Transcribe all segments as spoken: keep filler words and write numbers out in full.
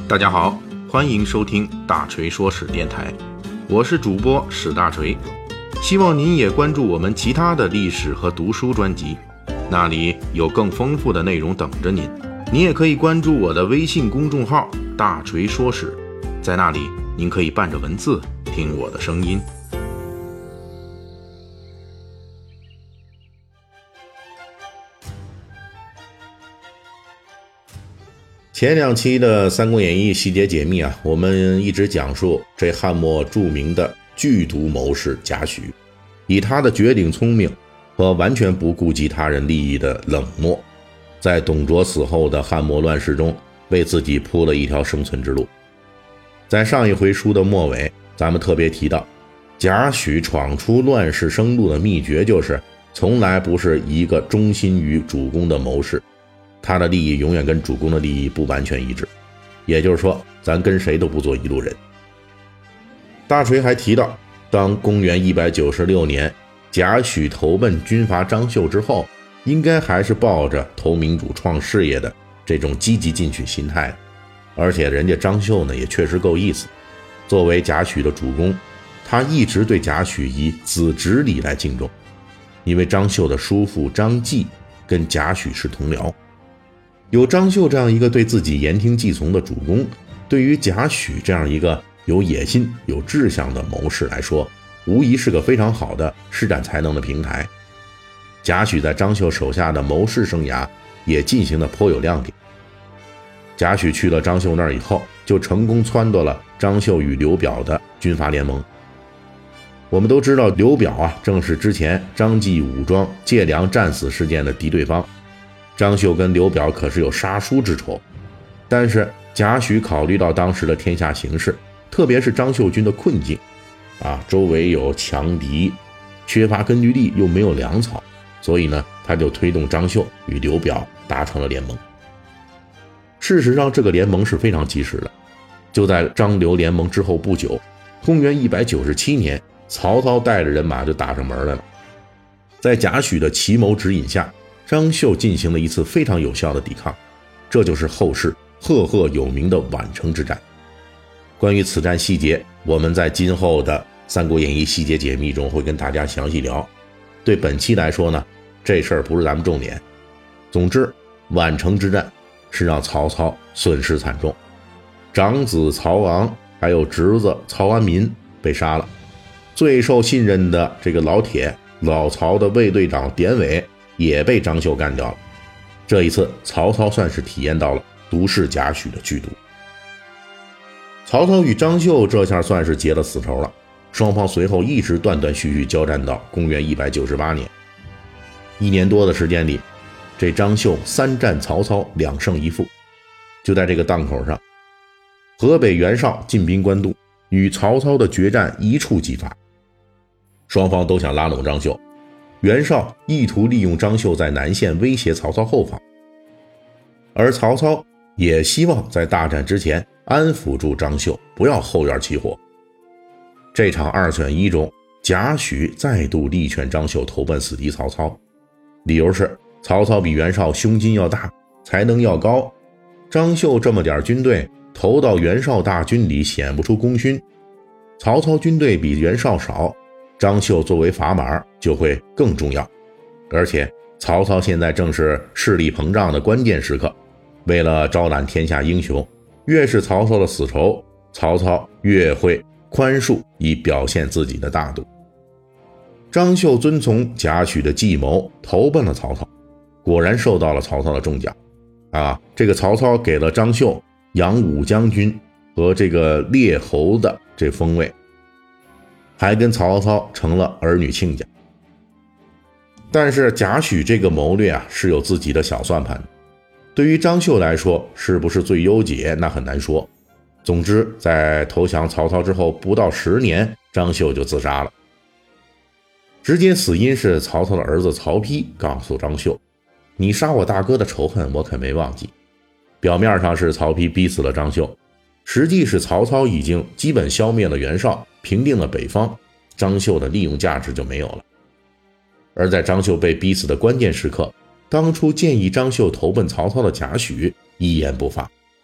大家好，欢迎收听大锤说史电台，我是主播史大锤，希望您也关注我们其他的历史和读书专辑，那里有更丰富的内容等着您。您也可以关注我的微信公众号大锤说史，在那里您可以伴着文字听我的声音。前两期的《三国演义》细节解密啊，我们一直讲述这汉末著名的剧毒谋士贾诩，以他的绝顶聪明和完全不顾及他人利益的冷漠，在董卓死后的汉末乱世中为自己铺了一条生存之路。在上一回书的末尾，咱们特别提到贾诩闯出乱世生路的秘诀就是从来不是一个忠心于主公的谋士，他的利益永远跟主公的利益不完全一致，也就是说咱跟谁都不做一路人。大锤还提到，当公元一百九十六年贾诩投奔军阀张绣之后，应该还是抱着投明主创事业的这种积极进取心态，而且人家张绣呢也确实够意思，作为贾诩的主公，他一直对贾诩以子侄礼来敬重，因为张绣的叔父张继跟贾诩是同僚，有张绣这样一个对自己言听计从的主公，对于贾诩这样一个有野心有志向的谋士来说，无疑是个非常好的施展才能的平台。贾诩在张绣手下的谋士生涯也进行得颇有亮点。贾诩去了张绣那儿以后，就成功撺掇了张绣与刘表的军阀联盟。我们都知道刘表啊，正是之前张继武装借粮战死事件的敌对方，张绣跟刘表可是有杀叔之仇。但是贾诩考虑到当时的天下形势，特别是张绣军的困境啊，周围有强敌，缺乏根据地又没有粮草，所以呢他就推动张绣与刘表达成了联盟。事实上这个联盟是非常及时的，就在张刘联盟之后不久，公元一百九十七年，曹操带着人马就打上门来了。在贾诩的奇谋指引下，张绣进行了一次非常有效的抵抗，这就是后世赫赫有名的宛城之战。关于此战细节，我们在今后的《三国演义》细节解密中会跟大家详细聊。对本期来说呢，这事儿不是咱们重点。总之，宛城之战是让曹操损失惨重，长子曹昂还有侄子曹安民被杀了，最受信任的这个老铁老曹的卫队长典韦也被张绣干掉了。这一次曹操算是体验到了毒士贾诩的剧毒。曹操与张绣这下算是结了死仇了，双方随后一直断断续续交战到公元一百九十八年。一年多的时间里，这张绣三战曹操，两胜一负。就在这个档口上，河北袁绍进兵官渡，与曹操的决战一触即发。双方都想拉拢张绣，袁绍意图利用张绣在南线威胁曹操后方，而曹操也希望在大战之前安抚住张绣，不要后院起火。这场二选一中，贾诩再度力劝张绣投奔死敌曹操，理由是曹操比袁绍胸襟要大，才能要高，张绣这么点军队投到袁绍大军里显不出功勋，曹操军队比袁绍少，张绣作为砝码就会更重要。而且曹操现在正是势力膨胀的关键时刻，为了招揽天下英雄，越是曹操的死仇，曹操越会宽恕以表现自己的大度。张绣遵从贾诩的计谋，投奔了曹操，果然受到了曹操的重奖啊！这个曹操给了张绣扬武将军和这个列侯的这封位，还跟曹操成了儿女亲家。但是贾诩这个谋略啊，是有自己的小算盘，对于张绣来说是不是最优解那很难说。总之在投降曹操之后不到十年，张绣就自杀了。直接死因是曹操的儿子曹丕告诉张绣，你杀我大哥的仇恨我可没忘记。表面上是曹丕逼死了张绣，实际是曹操已经基本消灭了袁绍，平定了北方，张绣的利用价值就没有了。而在张绣被逼死的关键时刻，当初建议张绣投奔曹操的贾诩一言不发。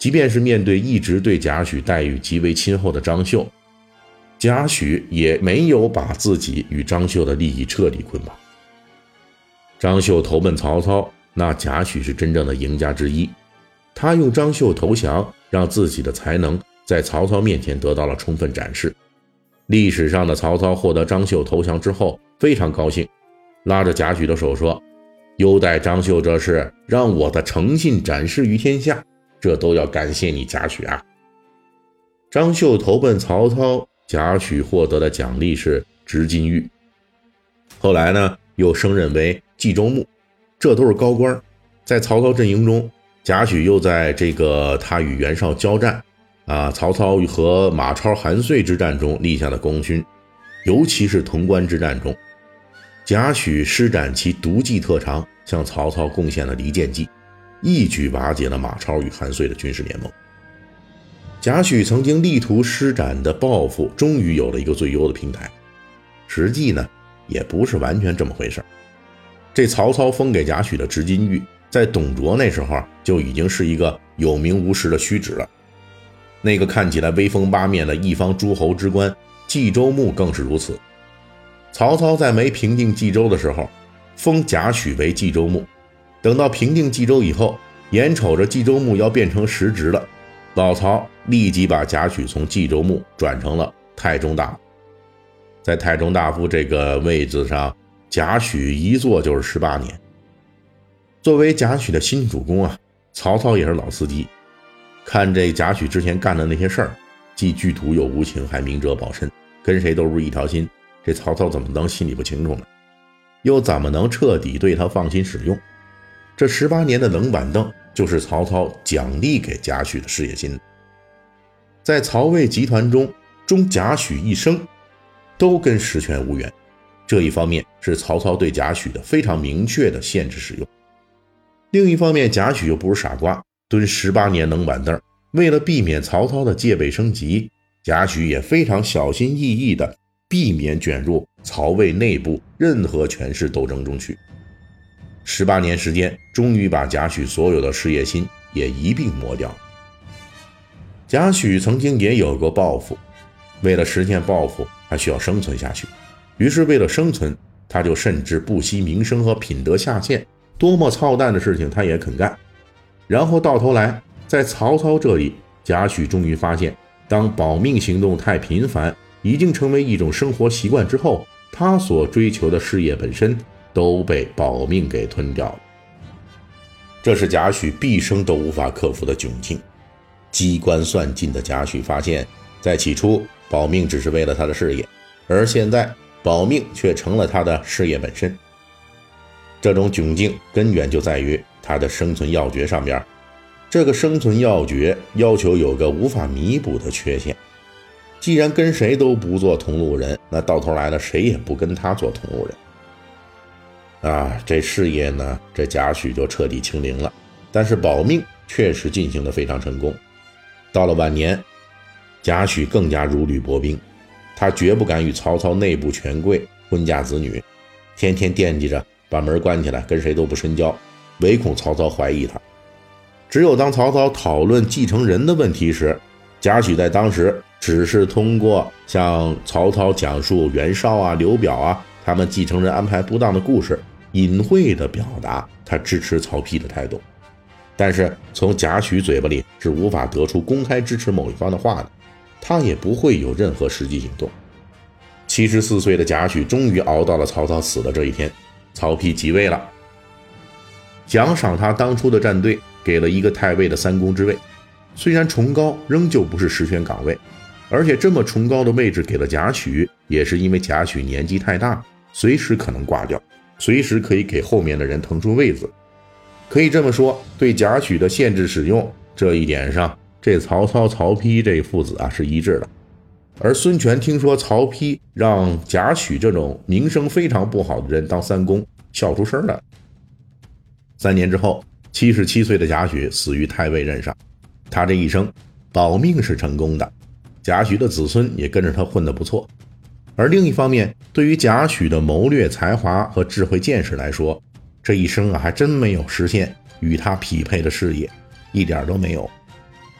即便是面对一直对贾诩待遇极为亲厚的张绣，贾诩也没有把自己与张绣的利益彻底捆绑。张绣投奔曹操，那贾诩是真正的赢家之一。他用张绣投降，让自己的才能在曹操面前得到了充分展示。历史上的曹操获得张绣投降之后非常高兴，拉着贾诩的手说，优待张绣这事，让我的诚信展示于天下，这都要感谢你贾诩啊。张绣投奔曹操，贾诩获得的奖励是执金玉，后来呢又升任为冀州牧，这都是高官。在曹操阵营中，贾诩又在这个他与袁绍交战啊，曹操和马超、韩遂之战中立下的功勋，尤其是潼关之战中，贾诩施展其毒计特长，向曹操贡献了离间计，一举瓦解了马超与韩遂的军事联盟。贾诩曾经力图施展的抱负，终于有了一个最优的平台。实际呢，也不是完全这么回事。这曹操封给贾诩的执金玉，在董卓那时候就已经是一个有名无实的虚职了。那个看起来威风八面的一方诸侯之官，冀州牧更是如此。曹操在没平定冀州的时候，封贾诩为冀州牧，等到平定冀州以后，眼瞅着冀州牧要变成实职了，老曹立即把贾诩从冀州牧转成了太中大夫。在太中大夫这个位置上，贾诩一坐就是十八年。作为贾诩的新主公啊，曹操也是老司机，看这贾诩之前干的那些事儿，既剧毒又无情，还明哲保身，跟谁都如一条心，这曹操怎么能心里不清楚呢？又怎么能彻底对他放心使用？这十八年的冷板凳就是曹操奖励给贾诩的事业心。在曹魏集团中，中贾诩一生都跟实权无缘，这一方面是曹操对贾诩的非常明确的限制使用。另一方面，贾诩又不是傻瓜，蹲十八年冷板凳，为了避免曹操的戒备升级，贾诩也非常小心翼翼地避免卷入曹魏内部任何权势斗争中去。十八年时间，终于把贾诩所有的事业心也一并磨掉。贾诩曾经也有过抱负，为了实现抱负，他需要生存下去，于是为了生存，他就甚至不惜名声和品德下线，多么操蛋的事情他也肯干。然后到头来，在曹操这里，贾诩终于发现，当保命行动太频繁，已经成为一种生活习惯之后，他所追求的事业本身都被保命给吞掉了。这是贾诩毕生都无法克服的窘境。机关算尽的贾诩发现，在起初保命只是为了他的事业，而现在保命却成了他的事业本身。这种窘境根源就在于他的生存要诀上边，这个生存要诀要求有个无法弥补的缺陷。既然跟谁都不做同路人，那到头来了，谁也不跟他做同路人啊。这事业呢，这贾诩就彻底清零了，但是保命确实进行得非常成功。到了晚年，贾诩更加如履薄冰，他绝不敢与曹操内部权贵婚嫁子女，天天惦记着把门关起来，跟谁都不深交，唯恐曹操怀疑他。只有当曹操讨论继承人的问题时，贾诩在当时只是通过向曹操讲述袁绍啊、刘表啊他们继承人安排不当的故事，隐晦地表达他支持曹丕的态度。但是从贾诩嘴巴里是无法得出公开支持某一方的话的，他也不会有任何实际行动。七十四岁的贾诩终于熬到了曹操死的这一天，曹丕即位了，奖赏他当初的战队，给了一个太尉的三公之位。虽然崇高，仍旧不是实权岗位，而且这么崇高的位置给了贾诩，也是因为贾诩年纪太大，随时可能挂掉，随时可以给后面的人腾出位子。可以这么说，对贾诩的限制使用这一点上，这曹操、曹丕这父子啊是一致的。而孙权听说曹丕让贾诩这种名声非常不好的人当三公，笑出声来。三年之后，七十七岁的贾诩死于太尉任上。他这一生保命是成功的，贾诩的子孙也跟着他混得不错。而另一方面，对于贾诩的谋略才华和智慧见识来说，这一生啊还真没有实现与他匹配的事业，一点都没有。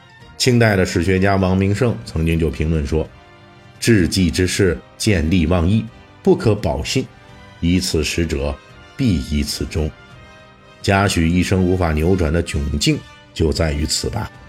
清代的史学家王明胜曾经就评论说，治济之事见利忘义，不可保信，以此时者，必以此终。贾诩一生无法扭转的窘境就在于此吧。